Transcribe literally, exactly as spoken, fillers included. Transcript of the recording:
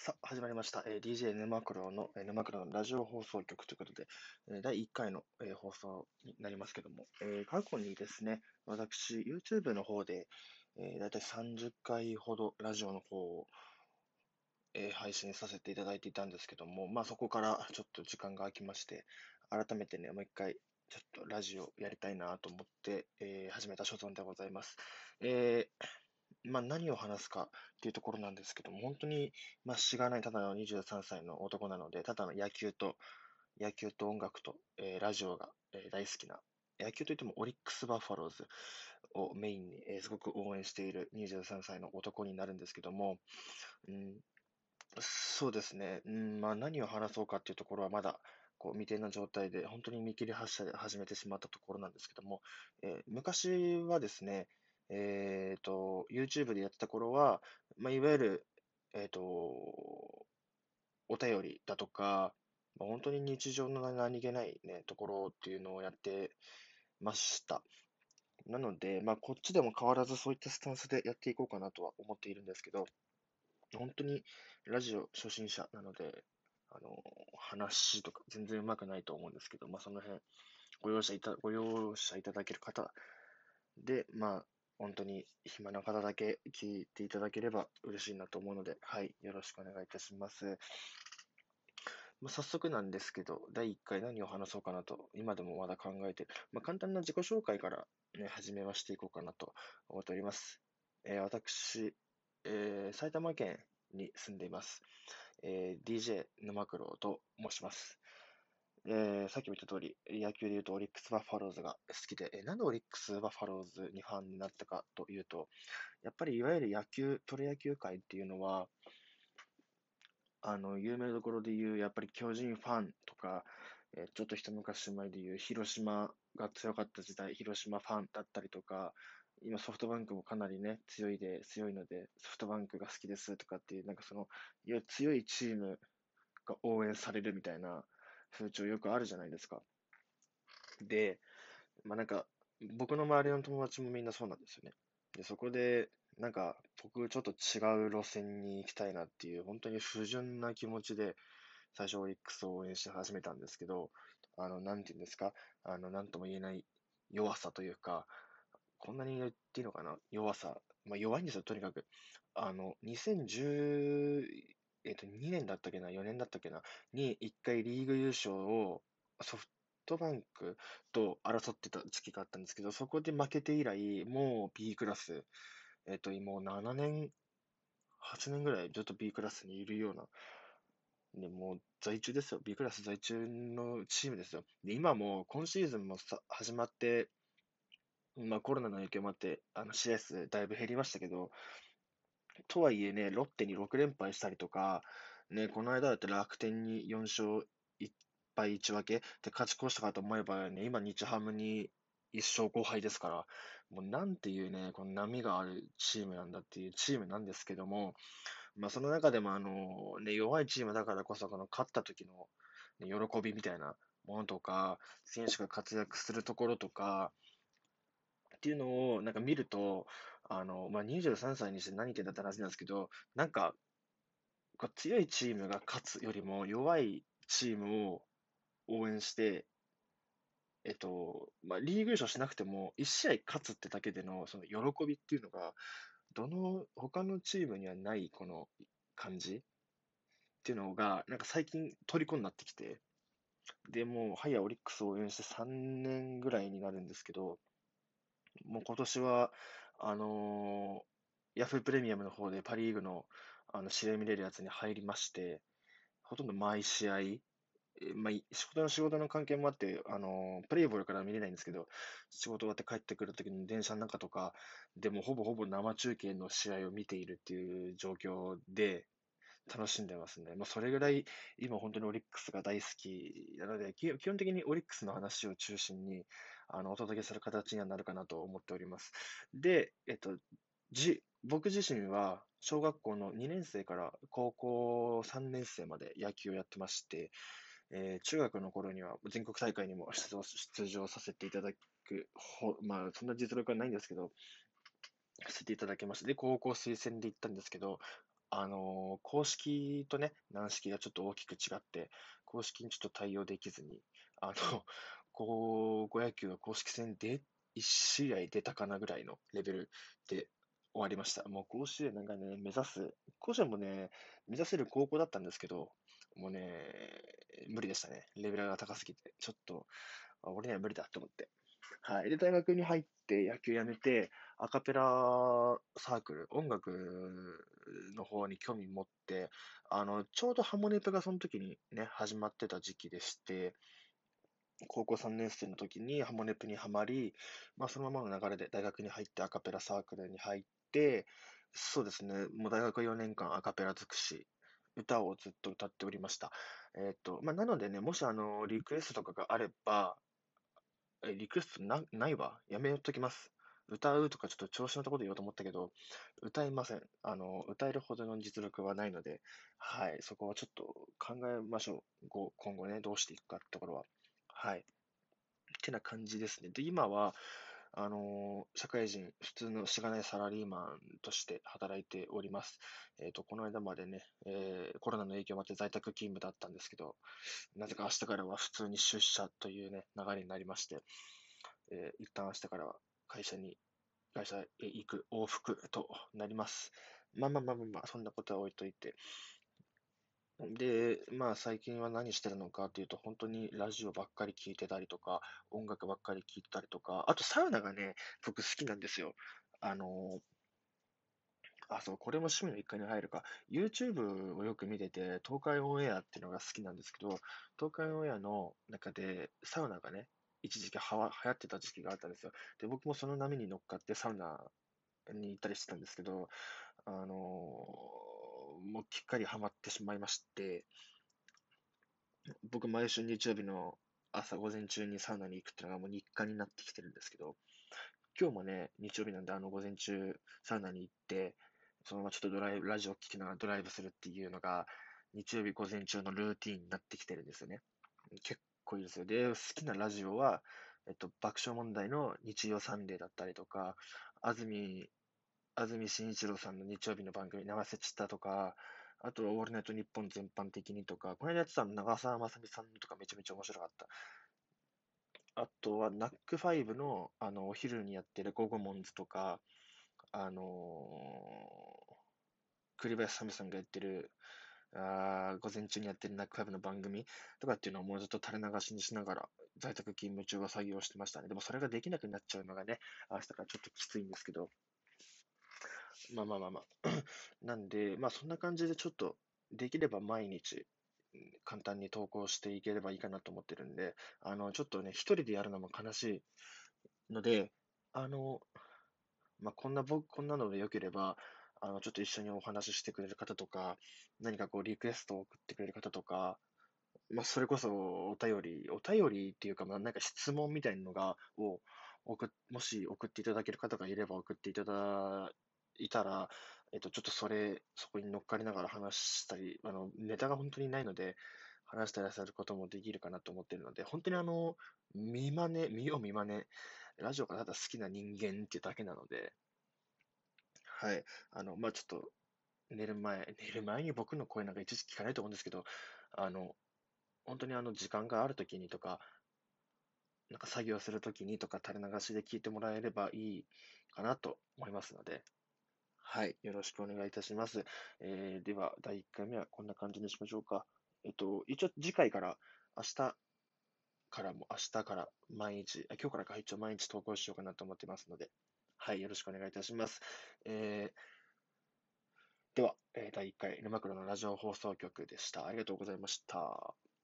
さあ、始まりました。えー ディージェー 沼黒の、えー沼黒のラジオ放送局ということで、えーだいいっかいの、えー放送になりますけども、えー過去にですね、私、YouTube の方で、えー、だいたいさんじゅっかいほどラジオの方を、えー配信させていただいていたんですけども、まあそこからちょっと時間が空きまして、改めてね、もう一回、ちょっとラジオやりたいなと思って、えー始めた所存でございます。えーまあ、何を話すかっていうところなんですけども、本当に、まあ、しがないただのにじゅうさんさいの男なので、ただの野球と、野球と音楽と、えーラジオが、えー大好きな、野球といってもオリックス・バファローズをメインに、えーすごく応援しているにじゅうさんさいの男になるんですけども、うん、そうですね、うん、まあ、何を話そうかっていうところはまだ、こう未定な状態で、本当に見切り発車で始めてしまったところなんですけども、えー昔はですね、えっと、YouTube でやってた頃は、まあ、いわゆる、えっと、お便りだとか、まあ、本当に日常の何気ないね、ところっていうのをやってました。なので、まあ、こっちでも変わらずそういったスタンスでやっていこうかなとは思っているんですけど、本当にラジオ初心者なので、あの、話とか全然上手くないと思うんですけど、まあ、その辺、ご容赦いた、ご容赦いただける方で、まあ、本当に暇な方だけ聞いていただければ嬉しいなと思うので、はい、よろしくお願いいたします。まあ、早速なんですけど、だいいっかい何を話そうかなと、今でもまだ考えている。まあ、簡単な自己紹介から、ね、始めはしていこうかなと思っております。えー私、えー埼玉県に住んでいます。えー ディージェー 沼黒と申します。えーさっきも言った通り、野球で言うとオリックス・バファローズが好きで、えーなんでオリックス・バファローズにファンになったかというと、やっぱりいわゆる野球、プロ野球界っていうのは、あの、有名どころで言う、やっぱり巨人ファンとか、えーちょっと一昔前で言う、広島が強かった時代、広島ファンだったりとか、今ソフトバンクもかなりね、強いで、強いので、ソフトバンクが好きですとかっていう、なんかその、いや、強いチームが応援されるみたいな風潮よくあるじゃないですか。で、まあなんか、僕の周りの友達もみんなそうなんですよね。で、そこで、なんか、僕ちょっと違う路線に行きたいなっていう、本当に不純な気持ちで、最初オリックスを応援し始めたんですけど、あの、なんていうんですか、あの、なんとも言えない弱さというか、こんなに言っていいのかな、弱さ。まあ弱いんですよ、とにかく。あの、にせんじゅう、えっと、にねんだったっけな、よねんだったっけな、にいっかいリーグ優勝をソフトバンクと争ってた時期があったんですけど、そこで負けて以来、もう B クラス、えっと、もうななねん、はちねんぐらいずっと B クラスにいるような、で、もう在中ですよ。B クラス在中のチームですよ。で、今も今シーズンもさ始まって、まあコロナの影響もあって、あの試合数だいぶ減りましたけど、とはいえね、ロッテにろく連敗したりとか、ね、この間だって楽天によん勝いっぱいいち分けで勝ち越したかと思えばね、今日ハムにいっ勝ご敗ですから、もうなんていうね、この波があるチームなんだっていうチームなんですけども、まあその中でもあの、ね、弱いチームだからこそ、この勝った時の、ね、喜びみたいなものとか、選手が活躍するところとか、っていうのをなんか見ると、あの、まあ、にじゅうさんさいにして何言ってんだって話なんですけど、なんか、こう強いチームが勝つよりも弱いチームを応援して、えっと、まあ、リーグ優勝しなくても、いち試合勝つってだけでのその喜びっていうのが、どの、他のチームにはないこの感じっていうのが、なんか最近虜になってきて、で、もう、はやオリックスを応援してさんねんぐらいになるんですけど、もう今年は、あのーヤフープレミアムの方でパリーグの、あの試合見れるやつに入りまして、ほとんど毎試合、えまあ、い仕事の仕事の関係もあって、あのープレイボールから見れないんですけど、仕事終わって帰ってくるときに電車の中とか、でもほぼほぼ生中継の試合を見ているっていう状況で、楽しんでますね。まあ、それぐらい今本当にオリックスが大好きなので、き基本的にオリックスの話を中心にあのお届けする形にはなるかなと思っております。で、えっと、じ、僕自身は小学校のにねん生から高校さんねん生まで野球をやってまして、えー中学の頃には全国大会にも出場出場させていただくほ、まあ、そんな実力はないんですけど、させていただきました。で、高校推薦で行ったんですけど、 あのー公式とね、軟式がちょっと大きく違って、公式にちょっと対応できずに、あの、高校野球は公式戦でいち試合出たかなぐらいのレベルで終わりました。もう甲子園なんかね、目指す、甲子園もね、目指せる高校だったんですけど、もうね、無理でしたね。レベルが高すぎて、ちょっと、あ俺には無理だと思って。はい。で、大学に入って野球やめて、アカペラサークル、音楽の方に興味持って、あの、ちょうどハモネプがその時にね、始まってた時期でして、高校さんねん生の時にハモネプにはまり、まあそのままの流れで大学に入ってアカペラサークルに入って、そうですね、もう大学よねんかんアカペラ尽くし、歌をずっと歌っておりました。えっと、まあなのでね、もしあの、リクエストとかがあれば、え、リクエストな、ないわ。やめときます。歌うとかちょっと調子のところで言おうと思ったけど、歌いません。あの、歌えるほどの実力はないので、はい、そこはちょっと考えましょう。ご今後ね、どうしていくかってところは。はい。ってな感じですね。で、今は、あの社会人、普通のしがないサラリーマンとして働いております。えっと、この間までね、えーコロナの影響もあって在宅勤務だったんですけど、なぜか明日からは普通に出社というね、流れになりまして、えー一旦明日からは会社に、会社へ行く往復となります。まあまあまあまあまあ、そんなことは置いといて。で、まあ最近は何してるのかというと、本当にラジオばっかり聞いてたりとか、音楽ばっかり聞いてたりとか、あとサウナがね、僕好きなんですよ。あのあ、そう、これも趣味の一環に入るか。YouTube をよく見てて、東海オンエアっていうのが好きなんですけど、東海オンエアの中でサウナがね、一時期はわ流行ってた時期があったんですよ。で、僕もその波に乗っかってサウナに行ったりしてたんですけど、あのーもうきっかりハマってしまいまして、僕毎週日曜日の朝午前中にサウナに行くっていうのがもう日課になってきてるんですけど、今日もね、日曜日なんで、あの、午前中、サウナに行って、そのままちょっとドライブ、ラジオ聴きながらドライブするっていうのが、日曜日午前中のルーティンになってきてるんですよね。結構いいですよ。で、好きなラジオは、えっと、爆笑問題の日曜サンデーだったりとか、安住、安住紳一郎さんの日曜日の番組、生瀬ちたとか、あと、オールナイトニッポン全般的にとか、この間やってたの長澤まさみさんのとかめちゃめちゃ面白かった。あとは、ナックファイブの、あの、お昼にやってるゴゴモンズとか、あのー栗林さみさんがやってる、あー午前中にやってるナックファイブの番組とかっていうのをもうずっと垂れ流しにしながら、在宅勤務中は作業してましたね。でもそれができなくなっちゃうのがね、明日からちょっときついんですけど、まあまあまあまあ。なんで、まあそんな感じでちょっと、できれば毎日、うん簡単に投稿していければいいかなと思ってるんで、あの、ちょっとね、一人でやるのも悲しいので、あの、まあ、こんな僕、こんなので良ければ、あの、ちょっと一緒にお話ししてくれる方とか、何かこう、リクエストを送ってくれる方とか、まあ、それこそお便り、お便りっていうか、まあ、なんか質問みたいなのが、を送っ、もし送っていただける方がいれば送っていただいたら、えっと、ちょっとそれ、そこに乗っかりながら話したり、あの、ネタが本当にないので、話したりすることもできるかなと思っているので、本当にあの、見真似、見よう見真似、ラジオがただ好きな人間っていうだけなので、はい。あの、まあ、ちょっと、寝る前、寝る前に僕の声なんか一時聞かないと思うんですけど、あの、本当にあの、時間があるときにとか、なんか作業するときにとか垂れ流しで聞いてもらえればいいかなと思いますので、はい。よろしくお願いいたします。えー、では、だいいっかいめはこんな感じにしましょうか。えっと、一応次回から、明日からも、明日から毎日、あ今日からか、一応毎日投稿しようかなと思ってますので、はい。よろしくお願いいたします。えーでは、えーだいいっかい、沼黒のラジオ放送局でした。ありがとうございました。